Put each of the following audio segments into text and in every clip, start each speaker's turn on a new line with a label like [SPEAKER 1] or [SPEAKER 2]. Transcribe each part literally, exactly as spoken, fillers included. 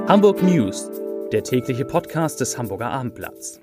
[SPEAKER 1] Hamburg News, der tägliche Podcast des Hamburger Abendblatts.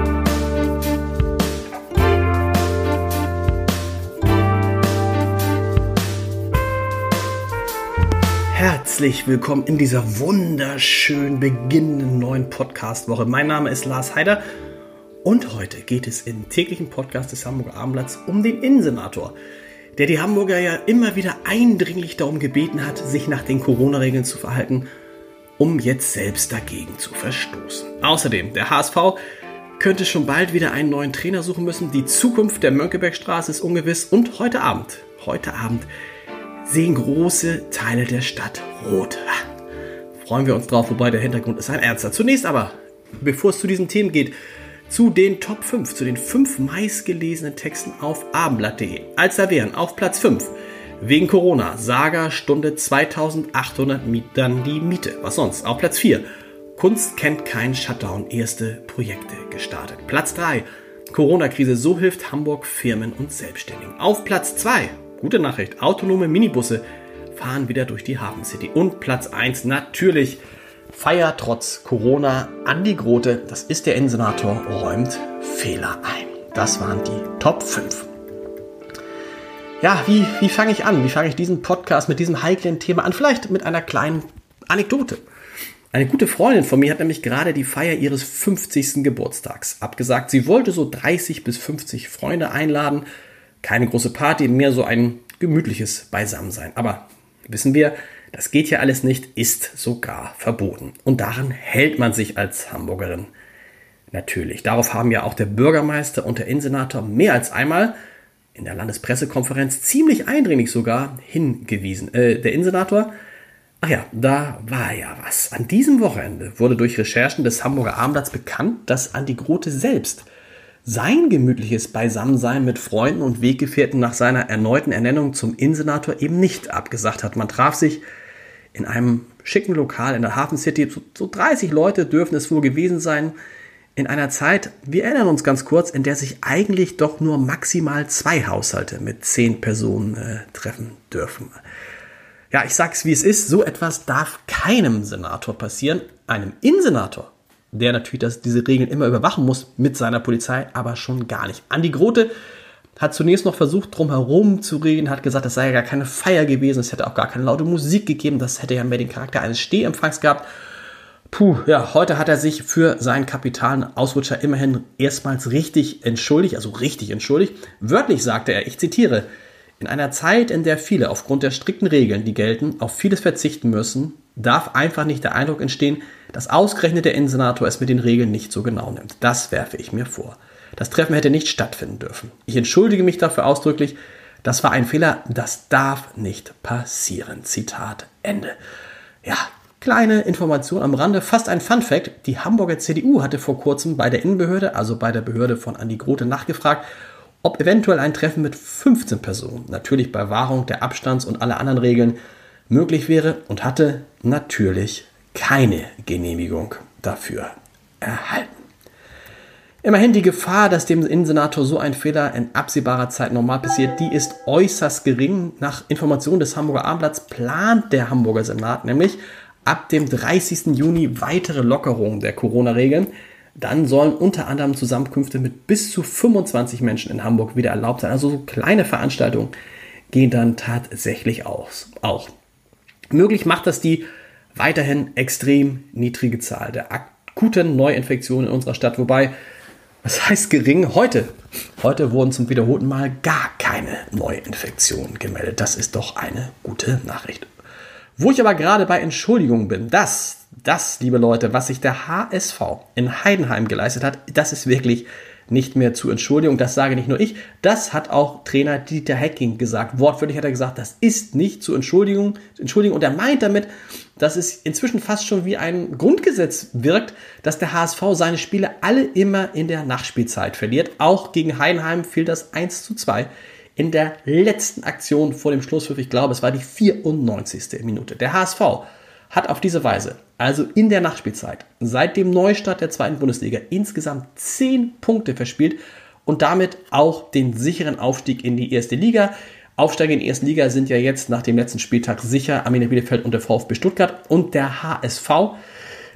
[SPEAKER 2] Herzlich willkommen in dieser wunderschön beginnenden neuen Podcast-Woche. Mein Name ist Lars Heider und heute geht es im täglichen Podcast des Hamburger Abendblatts um den Innensenator, der die Hamburger ja immer wieder eindringlich darum gebeten hat, sich nach den Corona-Regeln zu verhalten, um jetzt selbst dagegen zu verstoßen. Außerdem, der H S V könnte schon bald wieder einen neuen Trainer suchen müssen. Die Zukunft der Mönckebergstraße ist ungewiss. Und heute Abend, heute Abend sehen große Teile der Stadt rot. Freuen wir uns drauf, wobei der Hintergrund ist ein ernster. Zunächst aber, bevor es zu diesen Themen geht, zu den Top fünf, zu den fünf meistgelesenen Texten auf abendblatt punkt de. Als da wären auf Platz fünf wegen Corona, Saga Stunde zweitausendachthundert Mietern die Miete. Was sonst? Auf Platz vier, Kunst kennt keinen Shutdown, erste Projekte gestartet. Platz drei, Corona-Krise, so hilft Hamburg Firmen und Selbstständigen. Auf Platz zwei, gute Nachricht, autonome Minibusse fahren wieder durch die Hafen City. Und Platz eins, natürlich, Feier trotz Corona, Andi Grote, das ist der Innensenator, räumt Fehler ein. Das waren die Top fünf. Ja, wie, wie fange ich an? Wie fange ich diesen Podcast mit diesem heiklen Thema an? Vielleicht mit einer kleinen Anekdote. Eine gute Freundin von mir hat nämlich gerade die Feier ihres fünfzigsten Geburtstags abgesagt. Sie wollte so dreißig bis fünfzig Freunde einladen. Keine große Party, mehr so ein gemütliches Beisammensein. Aber wissen wir, das geht ja alles nicht, ist sogar verboten. Und daran hält man sich als Hamburgerin natürlich. Darauf haben ja auch der Bürgermeister und der Innensenator mehr als einmal in der Landespressekonferenz ziemlich eindringlich sogar hingewiesen. Äh, der Innensenator, ach ja, da war ja was. An diesem Wochenende wurde durch Recherchen des Hamburger Abendblatts bekannt, dass Andi Grote selbst sein gemütliches Beisammensein mit Freunden und Weggefährten nach seiner erneuten Ernennung zum Innensenator eben nicht abgesagt hat. Man traf sich in einem schicken Lokal in der Hafen City. So, so dreißig Leute dürfen es wohl gewesen sein. In einer Zeit, wir erinnern uns ganz kurz, in der sich eigentlich doch nur maximal zwei Haushalte mit zehn Personen äh, treffen dürfen. Ja, ich sag's wie es ist, so etwas darf keinem Senator passieren. Einem Innensenator, der natürlich das, diese Regeln immer überwachen muss mit seiner Polizei, aber schon gar nicht. Andi Grote hat zunächst noch versucht, drum herum zu reden, hat gesagt, das sei ja gar keine Feier gewesen, es hätte auch gar keine laute Musik gegeben, das hätte ja mehr den Charakter eines Stehempfangs gehabt. Puh, ja, heute hat er sich für seinen kapitalen Ausrutscher immerhin erstmals richtig entschuldigt, also richtig entschuldigt. Wörtlich sagte er, ich zitiere, in einer Zeit, in der viele aufgrund der strikten Regeln, die gelten, auf vieles verzichten müssen, darf einfach nicht der Eindruck entstehen, dass ausgerechnet der Innensenator es mit den Regeln nicht so genau nimmt. Das werfe ich mir vor. Das Treffen hätte nicht stattfinden dürfen. Ich entschuldige mich dafür ausdrücklich. Das war ein Fehler, das darf nicht passieren. Zitat Ende. Ja, kleine Information am Rande, fast ein Funfact. Die Hamburger C D U hatte vor kurzem bei der Innenbehörde, also bei der Behörde von Andi Grote, nachgefragt, ob eventuell ein Treffen mit fünfzehn Personen, natürlich bei Wahrung der Abstands- und aller anderen Regeln, möglich wäre und hatte natürlich keine Genehmigung dafür erhalten. Immerhin die Gefahr, dass dem Innensenator so ein Fehler in absehbarer Zeit normal passiert, die ist äußerst gering. Nach Informationen des Hamburger Abendblatts plant der Hamburger Senat nämlich ab dem dreißigsten Juni weitere Lockerungen der Corona-Regeln. Dann sollen unter anderem Zusammenkünfte mit bis zu fünfundzwanzig Menschen in Hamburg wieder erlaubt sein. Also so kleine Veranstaltungen gehen dann tatsächlich aus, auch. Möglich macht das die weiterhin extrem niedrige Zahl der akuten Neuinfektionen in unserer Stadt. Wobei, was heißt gering? Heute, heute wurden zum wiederholten Mal gar keine Neuinfektionen gemeldet. Das ist doch eine gute Nachricht. Wo ich aber gerade bei Entschuldigungen bin, das, das, liebe Leute, was sich der H S V in Heidenheim geleistet hat, das ist wirklich nicht mehr zu entschuldigen. Das sage nicht nur ich, das hat auch Trainer Dieter Hecking gesagt. Wortwörtlich hat er gesagt, das ist nicht zu entschuldigen. entschuldigen. Und er meint damit, dass es inzwischen fast schon wie ein Grundgesetz wirkt, dass der H S V seine Spiele alle immer in der Nachspielzeit verliert. Auch gegen Heidenheim fiel das eins zu zwei in der letzten Aktion vor dem Schlusspfiff. Ich glaube, es war die vierundneunzigste Minute. Der H S V hat auf diese Weise, also in der Nachspielzeit, seit dem Neustart der zweiten Bundesliga insgesamt zehn Punkte verspielt und damit auch den sicheren Aufstieg in die erste Liga. Aufsteiger in die erste Liga sind ja jetzt nach dem letzten Spieltag sicher Arminia Bielefeld und der VfB Stuttgart. Und der H S V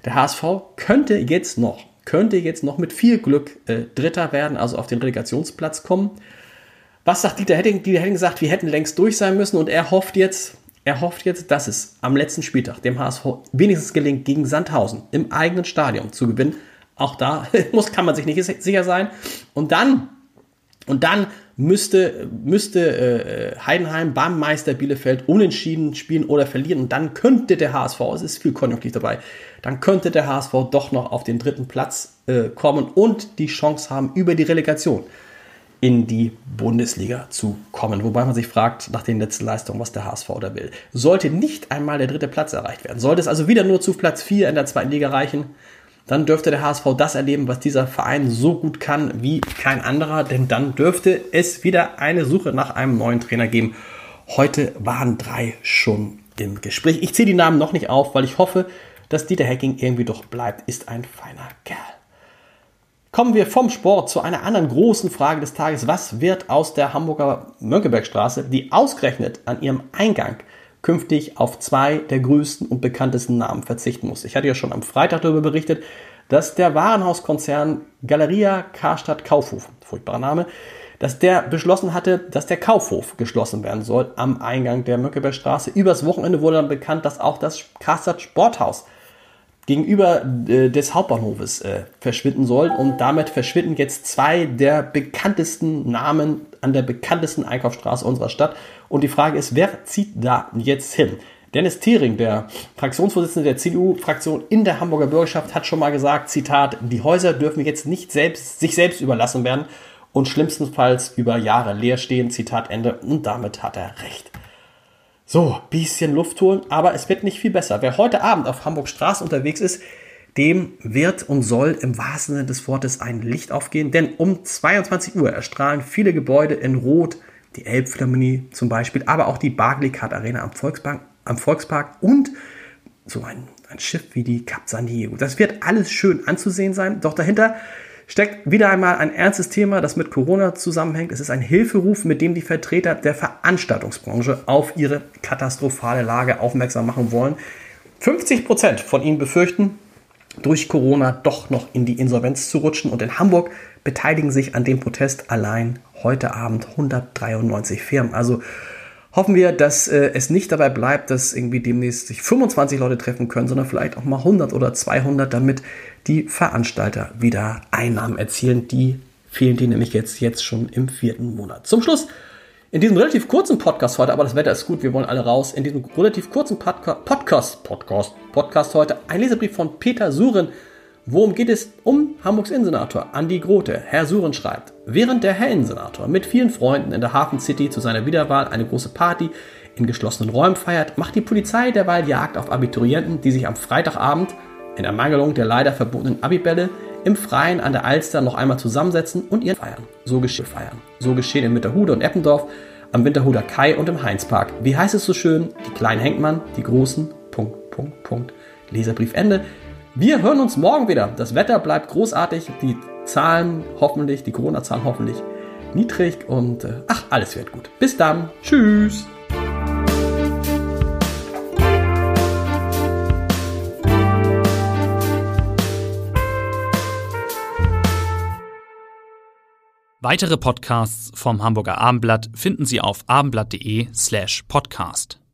[SPEAKER 2] Der H S V könnte jetzt noch, könnte jetzt noch mit viel Glück äh, Dritter werden, also auf den Relegationsplatz kommen. Was sagt Dieter Hetting? Dieter Hetting sagt, wir hätten längst durch sein müssen und er hofft jetzt, er hofft jetzt, dass es am letzten Spieltag dem H S V wenigstens gelingt, gegen Sandhausen im eigenen Stadion zu gewinnen. Auch da muss, kann man sich nicht sicher sein. Und dann, und dann müsste, müsste äh, Heidenheim beim Meister Bielefeld unentschieden spielen oder verlieren. Und dann könnte der H S V, es ist viel Konjunktiv dabei, dann könnte der H S V doch noch auf den dritten Platz äh, kommen und die Chance haben, über die Relegation in die Bundesliga zu kommen. Wobei man sich fragt, nach den letzten Leistungen, was der H S V da will. Sollte nicht einmal der dritte Platz erreicht werden, sollte es also wieder nur zu Platz vier in der zweiten Liga reichen, dann dürfte der H S V das erleben, was dieser Verein so gut kann wie kein anderer, denn dann dürfte es wieder eine Suche nach einem neuen Trainer geben. Heute waren drei schon im Gespräch. Ich zähle die Namen noch nicht auf, weil ich hoffe, dass Dieter Hecking irgendwie doch bleibt. Ist ein feiner Kerl. Kommen wir vom Sport zu einer anderen großen Frage des Tages. Was wird aus der Hamburger Mönckebergstraße, die ausgerechnet an ihrem Eingang künftig auf zwei der größten und bekanntesten Namen verzichten muss? Ich hatte ja schon am Freitag darüber berichtet, dass der Warenhauskonzern Galeria Karstadt Kaufhof, furchtbarer Name, dass der beschlossen hatte, dass der Kaufhof geschlossen werden soll am Eingang der Mönckebergstraße. Übers Wochenende wurde dann bekannt, dass auch das Karstadt Sporthaus gegenüber äh, des Hauptbahnhofes äh, verschwinden soll. Und damit verschwinden jetzt zwei der bekanntesten Namen an der bekanntesten Einkaufsstraße unserer Stadt. Und die Frage ist, wer zieht da jetzt hin? Dennis Thering, der Fraktionsvorsitzende der C D U-Fraktion in der Hamburger Bürgerschaft, hat schon mal gesagt, Zitat, die Häuser dürfen jetzt nicht selbst, sich selbst überlassen werden und schlimmstenfalls über Jahre leer stehen, Zitat Ende. Und damit hat er recht. So, bisschen Luft holen, aber es wird nicht viel besser. Wer heute Abend auf Hamburg Straße unterwegs ist, dem wird und soll im wahrsten Sinne des Wortes ein Licht aufgehen, denn um zweiundzwanzig Uhr erstrahlen viele Gebäude in Rot, die Elbphilharmonie zum Beispiel, aber auch die Barclaycard Arena am Volkspark, am Volkspark und so ein, ein Schiff wie die Cap San Diego. Das wird alles schön anzusehen sein, doch dahinter steckt wieder einmal ein ernstes Thema, das mit Corona zusammenhängt. Es ist ein Hilferuf, mit dem die Vertreter der Veranstaltungsbranche auf ihre katastrophale Lage aufmerksam machen wollen. fünfzig Prozent von ihnen befürchten, durch Corona doch noch in die Insolvenz zu rutschen. Und in Hamburg beteiligen sich an dem Protest allein heute Abend hundertdreiundneunzig Firmen. Also hoffen wir, dass äh, es nicht dabei bleibt, dass irgendwie demnächst sich fünfundzwanzig Leute treffen können, sondern vielleicht auch mal hundert oder zweihundert, damit die Veranstalter wieder Einnahmen erzielen. Die fehlen die nämlich jetzt, jetzt schon im vierten Monat. Zum Schluss, in diesem relativ kurzen Podcast heute, aber das Wetter ist gut, wir wollen alle raus, in diesem relativ kurzen Podca- Podcast, Podcast, Podcast heute, ein Leserbrief von Peter Suren. Worum geht es? Um Hamburgs Innensenator Andi Grote. Herr Suren schreibt, während der Herr Innensenator mit vielen Freunden in der Hafen City zu seiner Wiederwahl eine große Party in geschlossenen Räumen feiert, macht die Polizei derweil Jagd auf Abiturienten, die sich am Freitagabend in Ermangelung der leider verbotenen Abibälle im Freien an der Alster noch einmal zusammensetzen und ihren feiern. So geschehen feiern. So geschehen in Winterhude und Eppendorf, am Winterhuder Kai und im Heinzpark. Wie heißt es so schön? Die Kleinen hängt man, die Großen, Punkt, Punkt, Punkt. Leserbrief Ende. Wir hören uns morgen wieder. Das Wetter bleibt großartig, die Zahlen hoffentlich, die Corona-Zahlen hoffentlich niedrig und äh, ach, alles wird gut. Bis dann. Tschüss.
[SPEAKER 1] Weitere Podcasts vom Hamburger Abendblatt finden Sie auf abendblatt.de slash podcast.